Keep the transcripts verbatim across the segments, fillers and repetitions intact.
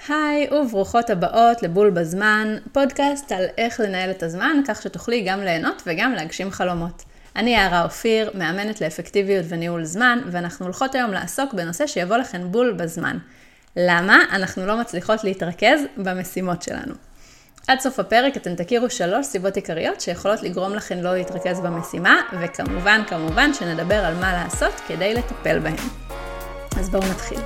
היי וברוכות הבאות לבול בזמן, פודקאסט על איך לנהל את הזמן, כך שתוכלי גם ליהנות וגם להגשים חלומות. אני יערה אופיר, מאמנת לאפקטיביות וניהול זמן, ואנחנו הולכות היום לעסוק בנושא שיבוא לכן בול בזמן. למה אנחנו לא מצליחות להתרכז במשימות שלנו? עד סוף הפרק אתן תכירו שלוש סיבות עיקריות שיכולות לגרום לכן לא להתרכז במשימה, וכמובן, כמובן שנדבר על מה לעשות כדי לטפל בהן. אז בואו נתחיל.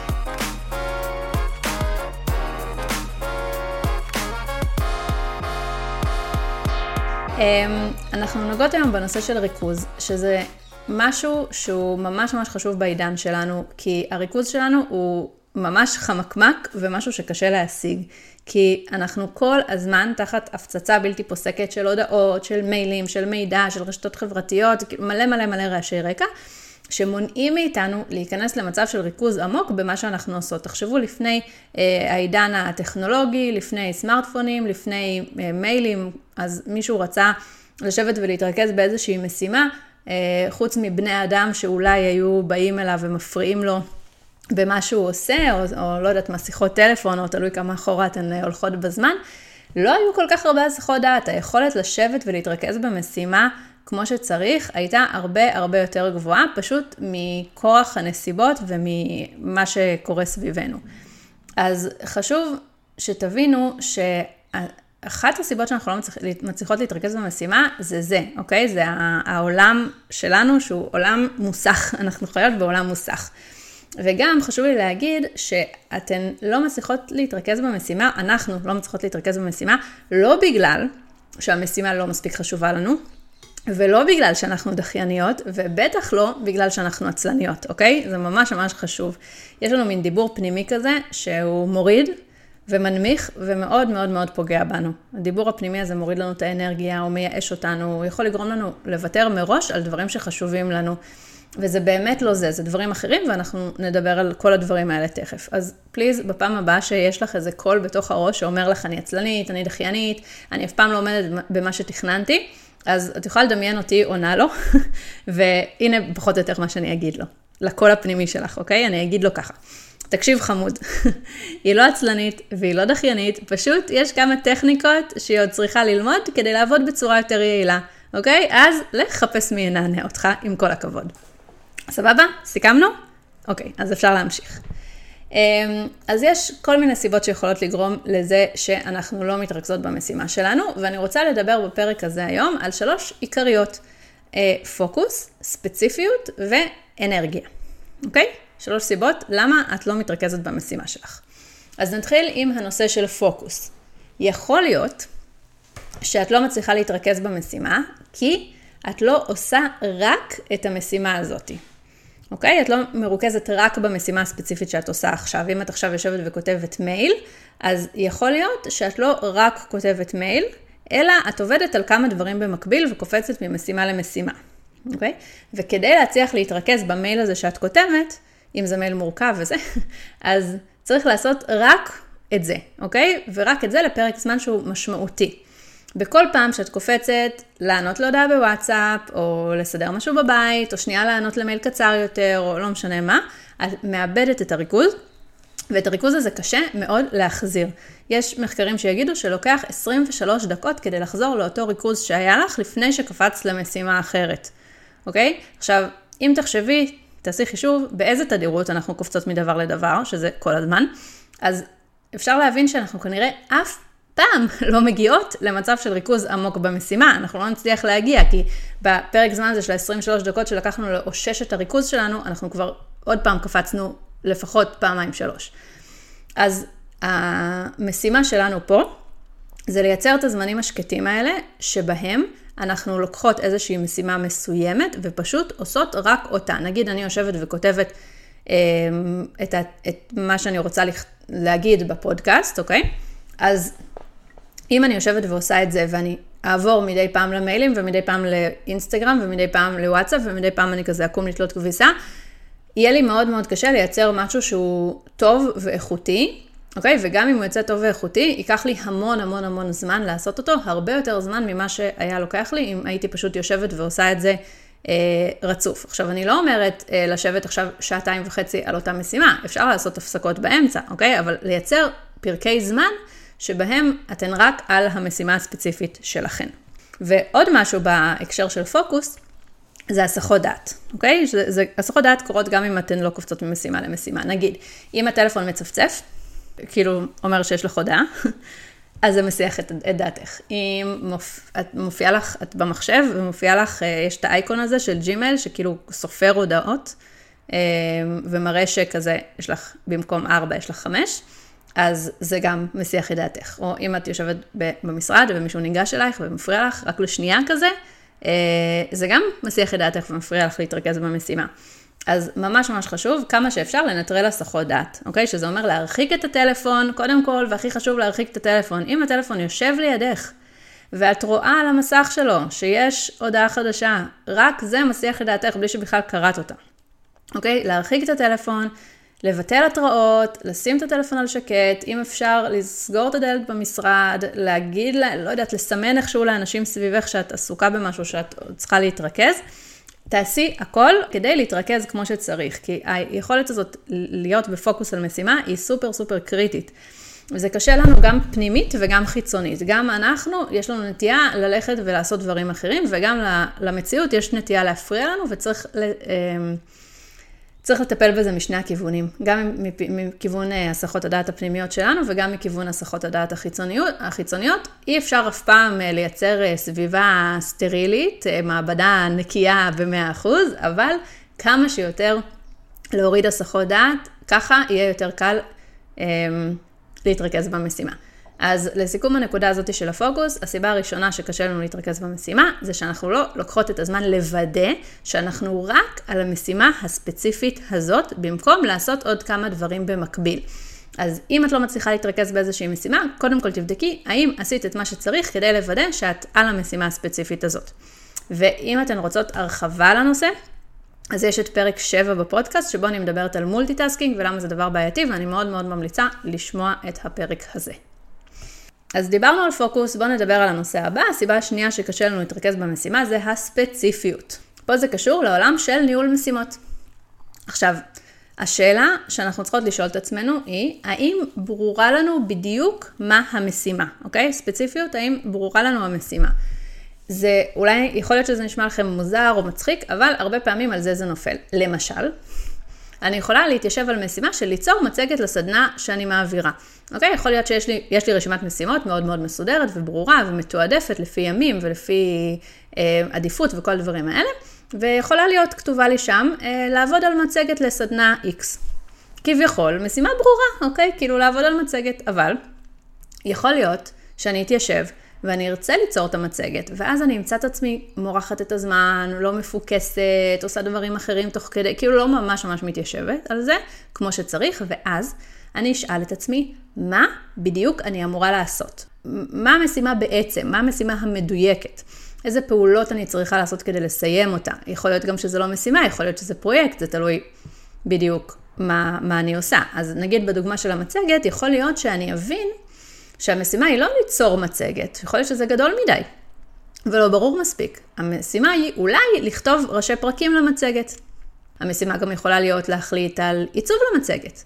אנחנו נוגעות היום בנושא של ריכוז, שזה משהו שהוא ממש ממש חשוב בעידן שלנו, כי הריכוז שלנו הוא ממש חמקמק ומשהו שקשה להשיג, כי אנחנו כל הזמן תחת הפצצה בלתי פוסקת של הודעות, של מיילים, של מידע, של רשתות חברתיות, מלא מלא מלא רעשי רקע, שמונעים מאיתנו להיכנס למצב של ריכוז עמוק במה שאנחנו עושות. תחשבו לפני אה, העידן הטכנולוגי, לפני סמארטפונים, לפני אה, מיילים, אז מישהו רצה לשבת ולהתרכז באיזושהי משימה, אה, חוץ מבני אדם שאולי היו באים אליו ומפריעים לו במה שהוא עושה, או, או לא יודעת מה, שיחות טלפון, או תלוי כמה אחורה אתן הולכות בזמן, לא היו כל כך הרבה שיחות דעת. היכולת לשבת ולהתרכז במשימה כמו שצריך, הייתה הרבה הרבה יותר גבוהה, פשוט מכורח הנסיבות וממה שקורה סביבנו. אז חשוב שתבינו שאחת הסיבות שאנחנו לא מצליחות להתרכז במשימה, זה זה, אוקיי? זה העולם שלנו שהוא עולם מוסך, אנחנו חיות בעולם מוסך. וגם חשוב לי להגיד שאתן לא מצליחות להתרכז במשימה, אנחנו לא מצליחות להתרכז במשימה, לא בגלל שהמשימה לא מספיק חשובה לנו, ולא בגלל שאנחנו דחייניות, ובטח לא בגלל שאנחנו עצלניות, אוקיי? זה ממש ממש חשוב. יש לנו מין דיבור פנימי כזה, שהוא מוריד ומנמיך, ומאוד מאוד מאוד פוגע בנו. הדיבור הפנימי הזה מוריד לנו את האנרגיה, הוא מייאש אותנו, הוא יכול לגרום לנו לוותר מראש על דברים שחשובים לנו. וזה באמת לא זה, זה דברים אחרים, ואנחנו נדבר על כל הדברים האלה תכף. אז פליז, בפעם הבאה שיש לך איזה קול בתוך הראש, שאומר לך, אני עצלנית, אני דחיינית, אני אף פעם לא עומדת במה שתכננתי, אז את יכולה לדמיין אותי עונה לו, והנה פחות או יותר מה שאני אגיד לו, לקול הפנימי שלך, אוקיי? אני אגיד לו ככה, תקשיב חמוד, היא לא עצלנית והיא לא דחיינית, פשוט יש כמה טכניקות שהיא עוד צריכה ללמוד כדי לעבוד בצורה יותר יעילה, אוקיי? אז לך חפש מי ינענה אותך עם כל הכבוד. סבבה? סיכמנו? אוקיי, אז אפשר להמשיך. אז יש כל מיני סיבות שיכולות לגרום לזה שאנחנו לא מתרכזות במשימה שלנו, ואני רוצה לדבר בפרק הזה היום על שלוש עיקריות, פוקוס, ספציפיות ואנרגיה. אוקיי? שלוש סיבות למה את לא מתרכזת במשימה שלך. אז נתחיל עם הנושא של פוקוס. יכול להיות שאת לא מצליחה להתרכז במשימה, כי את לא עושה רק את המשימה הזאת. אוקיי? את לא מרוכזת רק במשימה הספציפית שאת עושה עכשיו. אם את עכשיו יושבת וכותבת מייל, אז יכול להיות שאת לא רק כותבת מייל, אלא את עובדת על כמה דברים במקביל וקופצת ממשימה למשימה. אוקיי? וכדי להצליח להתרכז במייל הזה שאת כותבת, אם זה מייל מורכב וזה, אז צריך לעשות רק את זה. אוקיי? ורק את זה לפרק זמן שהוא משמעותי. בכל פעם שאת קופצת לענות להודעה בוואטסאפ, או לסדר משהו בבית, או שנייה לענות למייל קצר יותר, או לא משנה מה, את מאבדת את הריכוז, ואת הריכוז הזה קשה מאוד להחזיר. יש מחקרים שיגידו שלוקח עשרים ושלוש דקות כדי לחזור לאותו ריכוז שהיה לך לפני שקפץ למשימה אחרת. אוקיי? עכשיו, אם תחשבי, תעשי חישוב באיזה תדירות אנחנו קופצות מדבר לדבר, שזה כל הזמן, אז אפשר להבין שאנחנו כנראה אף פעם לא מגיעות למצב של ריכוז עמוק במשימה. אנחנו לא נצליח להגיע, כי בפרק זמן הזה של עשרים ושלוש דקות שלקחנו לאושש את הריכוז שלנו, אנחנו כבר עוד פעם קפצנו לפחות פעמיים שלוש. אז המשימה שלנו פה, זה לייצר את הזמנים השקטים האלה, שבהם אנחנו לוקחות איזושהי משימה מסוימת, ופשוט עושות רק אותה. נגיד, אני יושבת וכותבת את, את מה שאני רוצה להגיד בפודקאסט, אוקיי? אז אם אני יושבת ועושה את זה, ואני אעבור מדי פעם למיילים, ומדי פעם לאינסטגרם, ומדי פעם לוואטסאפ, ומדי פעם אני כזה אקום לתלות כביסה, יהיה לי מאוד מאוד קשה לייצר משהו שהוא טוב ואיכותי, אוקיי? וגם אם הוא יצא טוב ואיכותי, ייקח לי המון המון המון זמן לעשות אותו, הרבה יותר זמן ממה שהיה לוקח לי, אם הייתי פשוט יושבת ועושה את זה אה, רצוף. עכשיו, אני לא אומרת אה, לשבת עכשיו שעתיים וחצי על אותה משימה, אפשר לעשות הפסקות באמצע, אוקיי? אבל לייצר פרקי זמן שבהם אתן רק על המשימה הספציפית שלכן. ועוד משהו בהקשר של פוקוס, זה הסחות דעת, אוקיי? זה, זה, הסחות דעת קורות גם אם אתן לא קופצות ממשימה למשימה. נגיד, אם הטלפון מצפצף, כאילו אומר שיש לך הודעה, אז זה מסיח את, את דעתך. אם מופ, את מופיעה לך, את במחשב, ומופיעה לך, יש את האייקון הזה של ג'ימייל, שכאילו סופר הודעות, ומראה שכזה, יש לך במקום ארבע, יש לך חמש, אז זה גם מסיח את דעתך. או אם את יושבת במשרד, ומישהו ניגש אלייך ומפריע לך רק לשנייה כזה, זה גם מסיח את דעתך ומפריע לך להתרכז במשימה. אז ממש ממש חשוב כמה שאפשר לנטרל הסחות דעת, אוקיי? שזה אומר להרחיק את הטלפון, קודם כל, והכי חשוב להרחיק את הטלפון. אם הטלפון יושב לידך, ואת רואה על המסך שלו שיש הודעה חדשה, רק זה מסיח את דעתך בלי שבכלל קראת אותה. אוקיי? להרחיק את הטלפון, לבטל התראות, לשים את הטלפון על שקט, אם אפשר לסגור את הדלת במשרד, להגיד, לא יודעת, לסמן איכשהו לאנשים סביבך שאת עסוקה במשהו שאת צריכה להתרכז, תעשי הכל כדי להתרכז כמו שצריך, כי היכולת הזאת להיות בפוקוס על משימה היא סופר סופר קריטית. וזה קשה לנו גם פנימית וגם חיצונית. גם אנחנו, יש לנו נטייה ללכת ולעשות דברים אחרים, וגם למציאות יש נטייה להפריע לנו, וצריך צריך לטפל בזה משני הכיוונים. גם מכיוון הסחות הדעת הפנימיות שלנו, וגם מכיוון הסחות הדעת החיצוניות. החיצוניות. אי אפשר אף פעם לייצר סביבה סטרילית, מעבדה נקייה ב-מאה אחוז, אבל כמה שיותר להוריד הסחות דעת, ככה יהיה יותר קל להתרכז במשימה. אז לסיכום הנקודה הזאת של הפוקוס, הסיבה הראשונה שקשה לנו להתרכז במשימה, זה שאנחנו לא לוקחות את הזמן לוודא שאנחנו רק על המשימה הספציפית הזאת, במקום לעשות עוד כמה דברים במקביל. אז אם את לא מצליחה להתרכז באיזושהי משימה, קודם כל תבדקי האם עשית את מה שצריך כדי לוודא שאת על המשימה הספציפית הזאת. ואם אתן רוצות הרחבה לנושא, אז יש את פרק שבע בפודקאסט, שבו אני מדברת על מולטיטאסקינג ולמה זה דבר בעייתי, ואני מאוד מאוד ממליצה לשמוע את הפרק הזה. אז דיברנו על פוקוס, בואו נדבר על הנושא הבא. הסיבה השנייה שקשה לנו להתרכז במשימה זה הספציפיות. פה זה קשור לעולם של ניהול משימות. עכשיו, השאלה שאנחנו צריכות לשאול את עצמנו היא, האם ברורה לנו בדיוק מה המשימה, אוקיי? ספציפיות, האם ברורה לנו המשימה? זה אולי, יכול להיות שזה נשמע לכם מוזר או מצחיק, אבל הרבה פעמים על זה זה נופל. למשל, אני יכולה להתיישב על משימה של ליצור מצגת לסדנה שאני מעבירה. אוקיי? יכול להיות שיש לי, יש לי רשימת משימות מאוד מאוד מסודרת וברורה ומתועדפת לפי ימים ולפי אה, עדיפות וכל הדברים האלה, ויכולה להיות כתובה לי שם אה, לעבוד על מצגת לסדנה X. כביכול, משימה ברורה, אוקיי? כאילו לעבוד על מצגת, אבל יכול להיות שאני אתיישב ואני ארצה ליצור את המצגת, ואז אני אמצא את עצמי מורחת את הזמן, לא מפוקסת, עושה דברים אחרים תוך כדי, כאילו לא ממש ממש מתיישבת על זה, כמו שצריך, ואז אני אשאל את עצמי, מה בדיוק אני אמורה לעשות? מה המשימה בעצם? מה המשימה המדויקת? איזה פעולות אני צריכה לעשות כדי לסיים אותה? יכול להיות גם שזה לא משימה, יכול להיות שזה פרויקט, זה תלוי בדיוק מה, מה אני עושה. אז נגיד בדוגמה של המצגת, יכול להיות שאני אבין שהמשימה היא לא ליצור מצגת, יכול להיות שזה גדול מדי, ולא ברור מספיק. המשימה היא אולי לכתוב ראשי פרקים למצגת. המשימה גם יכולה להיות להחליט על עיצוב למצגת.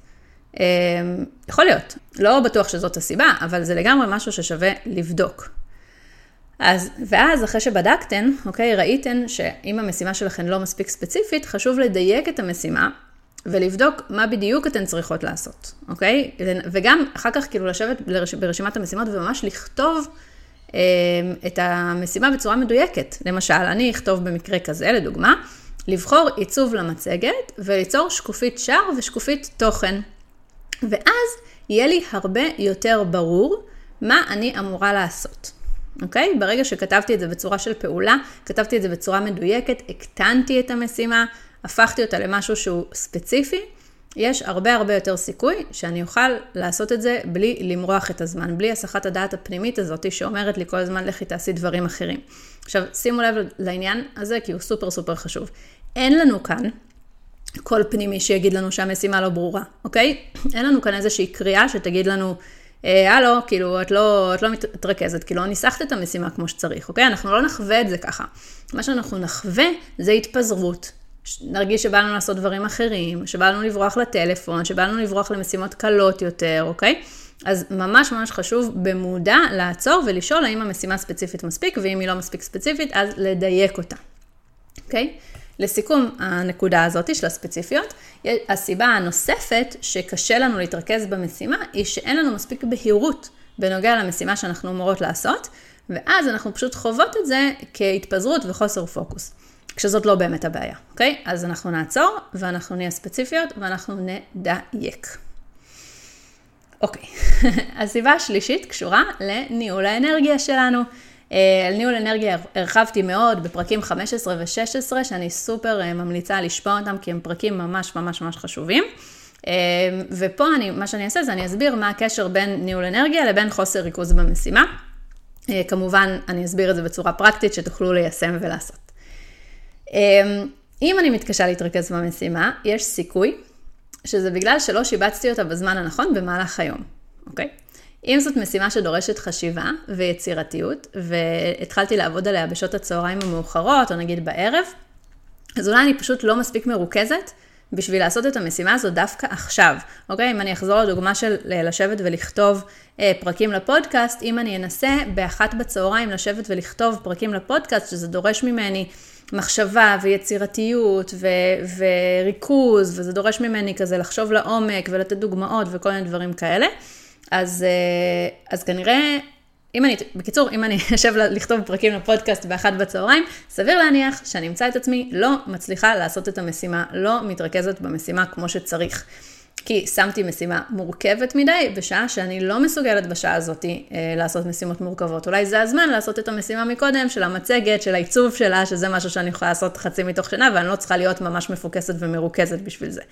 יכול להיות, לא בטוח שזאת הסיבה, אבל זה לגמרי משהו ששווה לבדוק. אז, ואז אחרי שבדקתן, אוקיי, ראיתן שאם המשימה שלכן לא מספיק ספציפית, חשוב לדייק את המשימה, ולבדוק מה בדיוק אתן צריכות לעשות, אוקיי? וגם אחר כך כאילו לשבת ברשימת המשימות וממש לכתוב אה, את המשימה בצורה מדויקת. למשל, אני אכתוב במקרה כזה, לדוגמה, לבחור עיצוב למצגת וליצור שקופית שער ושקופית תוכן. ואז יהיה לי הרבה יותר ברור מה אני אמורה לעשות. אוקיי? ברגע שכתבתי את זה בצורה של פעולה, כתבתי את זה בצורה מדויקת, הקטנתי את המשימה, הפכתי אותה למשהו שהוא ספציפי, יש הרבה הרבה יותר סיכוי שאני אוכל לעשות את זה בלי למרוח את הזמן, בלי הסחת הדעת הפנימית הזאת שאומרת לי כל הזמן לכי תעשי דברים אחרים. עכשיו, שימו לב לעניין הזה כי הוא סופר סופר חשוב. אין לנו כאן כל פנימי שיגיד לנו שהמשימה לא ברורה, אוקיי? אין לנו כאן איזושהי קריאה שתגיד לנו, הלו, כאילו, את לא, את לא מתרכזת, כאילו, לא ניסחת את המשימה כמו שצריך, אוקיי? אנחנו לא נחווה את זה ככה. מה שאנחנו נחווה זה התפזרות. נרגיש שבאנו לעשות דברים אחרים, שבאנו לברוח לטלפון, שבאנו לברוח למשימות קלות יותר, אוקיי? אז ממש ממש חשוב במודע לעצור ולשאול האם המשימה ספציפית מספיק, ואם היא לא מספיק ספציפית, אז לדייק אותה. אוקיי? לסיכום הנקודה הזאת של הספציפיות, הסיבה הנוספת שקשה לנו להתרכז במשימה, היא שאין לנו מספיק בהירות בנוגע למשימה שאנחנו אמורות לעשות, ואז אנחנו פשוט חוות את זה כהתפזרות וחוסר פוקוס, כשזאת לא באמת הבעיה, אוקיי? אז אנחנו נעצור, ואנחנו נהיה ספציפיות, ואנחנו נדייק. אוקיי, הסיבה השלישית קשורה לניהול האנרגיה שלנו. על ניהול אנרגיה הרחבתי מאוד בפרקים חמש עשרה ו-שש עשרה, שאני סופר ממליצה לשפוע אותם, כי הם פרקים ממש ממש ממש חשובים. ופה אני, מה שאני אעשה זה אני אסביר מה הקשר בין ניהול אנרגיה לבין חוסר ריכוז במשימה. כמובן, אני אסביר את זה בצורה פרקטית שתוכלו ליישם ולעשות. אם אני מתקשה להתרכז במשימה, יש סיכוי שזה בגלל שלא שיבצתי אותה בזמן הנכון במהלך היום, אוקיי? אם זאת משימה שדורשת חשיבה ויצירתיות, והתחלתי לעבוד עליה בשעות הצהריים המאוחרות, או נגיד בערב, אז אולי אני פשוט לא מספיק מרוכזת בשביל לעשות את המשימה הזו דווקא עכשיו, אוקיי? אם אני אחזור לדוגמה של לשבת ולכתוב אה, פרקים לפודקאסט, אם אני אנסה באחת בצהריים לשבת ולכתוב פרקים לפודקאסט, שזה דורש ממני מחשבה ויצירתיות ו- וריכוז, וזה דורש ממני כזה לחשוב לעומק ולתת דוגמאות וכל מיני דברים כאלה, אז, אז כנראה, אם אני, בקיצור, אם אני אשב לכתוב פרקים לפודקאסט באחת בצהריים, סביר להניח שאני אמצא את עצמי לא מצליחה לעשות את המשימה, לא מתרכזת במשימה כמו שצריך. כי שמתי משימה מורכבת מדי, בשעה שאני לא מסוגלת בשעה הזאת לעשות משימות מורכבות. אולי זה הזמן לעשות את המשימה מקודם, של המצגת, של העיצוב שלה, שזה משהו שאני יכולה לעשות חצי מתוך שנה, ואני לא צריכה להיות ממש מפוקסת ומרוכזת בשביל זה.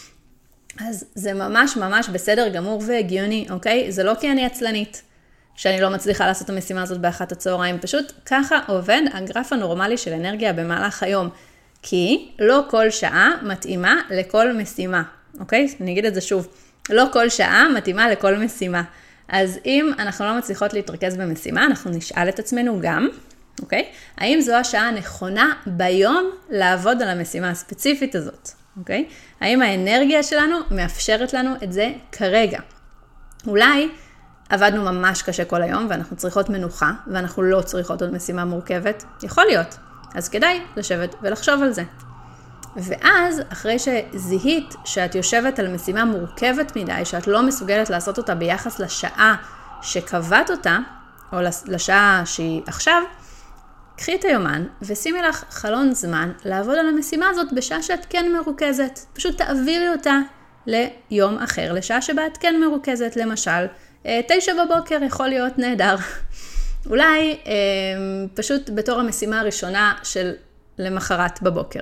אז זה ממש ממש בסדר גמור והגיוני, אוקיי? זה לא כי אני עצלנית, שאני לא מצליחה לעשות את המשימה הזאת באחת הצהריים. פשוט ככה עובד הגרף הנורמלי של אנרגיה במהלך היום. כי לא כל שעה מתאימה לכל משימה, אוקיי? אני אגיד את זה שוב. לא כל שעה מתאימה לכל משימה. אז אם אנחנו לא מצליחות להתרכז במשימה, אנחנו נשאל את עצמנו גם, אוקיי? האם זו השעה הנכונה ביום לעבוד על המשימה הספציפית הזאת? אוקיי? האם האנרגיה שלנו מאפשרת לנו את זה כרגע? אולי עבדנו ממש קשה כל היום ואנחנו צריכות מנוחה ואנחנו לא צריכות עוד משימה מורכבת. יכול להיות. אז כדאי לשבת ולחשוב על זה. ואז אחרי שזיהית שאת יושבת על משימה מורכבת מדי, שאת לא מסוגלת לעשות אותה ביחס לשעה שקבעת אותה, או לשעה שהיא עכשיו, קחי את היומן ושימי לך חלון זמן לעבוד על המשימה הזאת בשעה שאת כן מרוכזת. פשוט תעבירי אותה ליום אחר, לשעה שבה את כן מרוכזת. למשל, תשע בבוקר יכול להיות נהדר. אולי פשוט בתור המשימה הראשונה של למחרת בבוקר.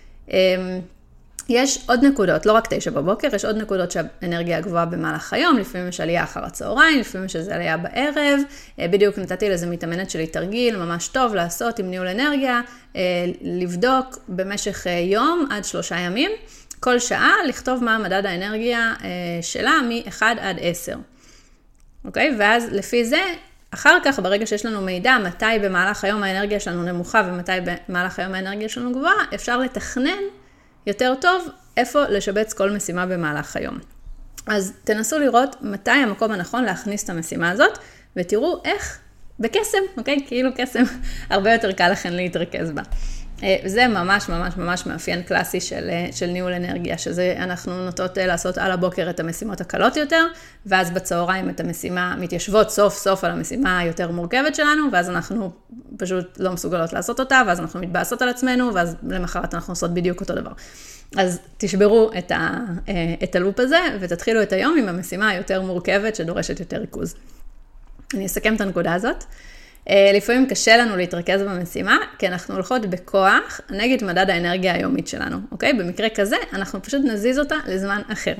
יש עוד נקודות, לא רק תשע בבוקר, יש עוד נקודות שהאנרגיה הגבוהה במהלך היום, לפעמים יש עלייה אחר הצהריים, לפעמים שזה עלייה בערב, בדיוק נתתי לזה מתאמנת שלי תרגיל, ממש טוב לעשות עם ניהול אנרגיה, לבדוק במשך יום עד שלושה ימים, כל שעה לכתוב מה מדד האנרגיה שלה מ-אחד עד עשר. אוקיי? ואז לפי זה, אחר כך ברגע שיש לנו מידע מתי במהלך היום האנרגיה שלנו נמוכה ומתי במהלך היום האנרגיה שלנו גבוהה, אפשר לתכנן יותר טוב איפה לשבץ כל משימה במהלך היום. אז תנסו לראות מתי המקום הנכון להכניס את המשימה הזאת, ותראו איך בקסם, אוקיי? כאילו קסם, הרבה יותר קל לכן להתרכז בה. זה ממש ממש ממש מאפיין קלאסי של, של ניהול אנרגיה, שזה אנחנו נוטות לעשות על הבוקר את המשימות הקלות יותר, ואז בצהריים את המשימה מתיישבות סוף סוף על המשימה היותר מורכבת שלנו, ואז אנחנו פשוט לא מסוגלות לעשות אותה, ואז אנחנו מתבאסות על עצמנו, ואז למחרת אנחנו עושות בדיוק אותו דבר. אז תשברו את, ה, את הלופ הזה, ותתחילו את היום עם המשימה היותר מורכבת, שדורשת יותר ריכוז. אני אסכם את הנקודה הזאת. לפעמים קשה לנו להתרכז במשימה, כי אנחנו הולכות בכוח נגד מדד האנרגיה היומית שלנו, אוקיי? במקרה כזה, אנחנו פשוט נזיז אותה לזמן אחר.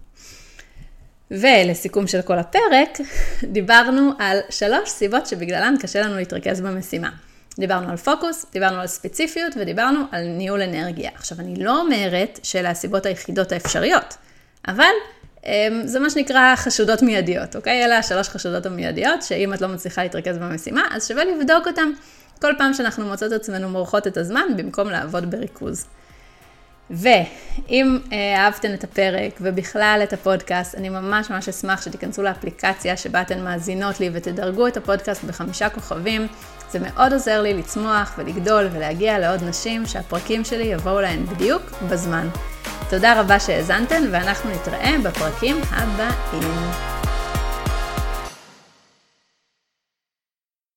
ולסיכום של כל הפרק, דיברנו על שלוש סיבות שבגללן קשה לנו להתרכז במשימה. דיברנו על פוקוס, דיברנו על ספציפיות, ודיברנו על ניהול אנרגיה. עכשיו, אני לא אומרת שאלה הסיבות היחידות האפשריות, אבל זה מה שנקרא חשודות מיידיות, אוקיי? אלה השלוש חשודות המיידיות, שאם את לא מצליחה להתרכז במשימה, אז שווה לבדוק אותם כל פעם שאנחנו מוצאות עצמנו מורחות את הזמן, במקום לעבוד בריכוז. ואם אהבתן את הפרק ובכלל את הפודקאסט, אני ממש ממש אשמח שתיכנסו לאפליקציה שבה אתן מאזינות לי ותדרגו את הפודקאסט בחמישה כוכבים. זה מאוד עוזר לי לצמוח ולגדול ולהגיע לעוד נשים שהפרקים שלי יבואו להן בדיוק בזמן. תודה רבה שהאזנתן ואנחנו נתראה בפרקים הבאים.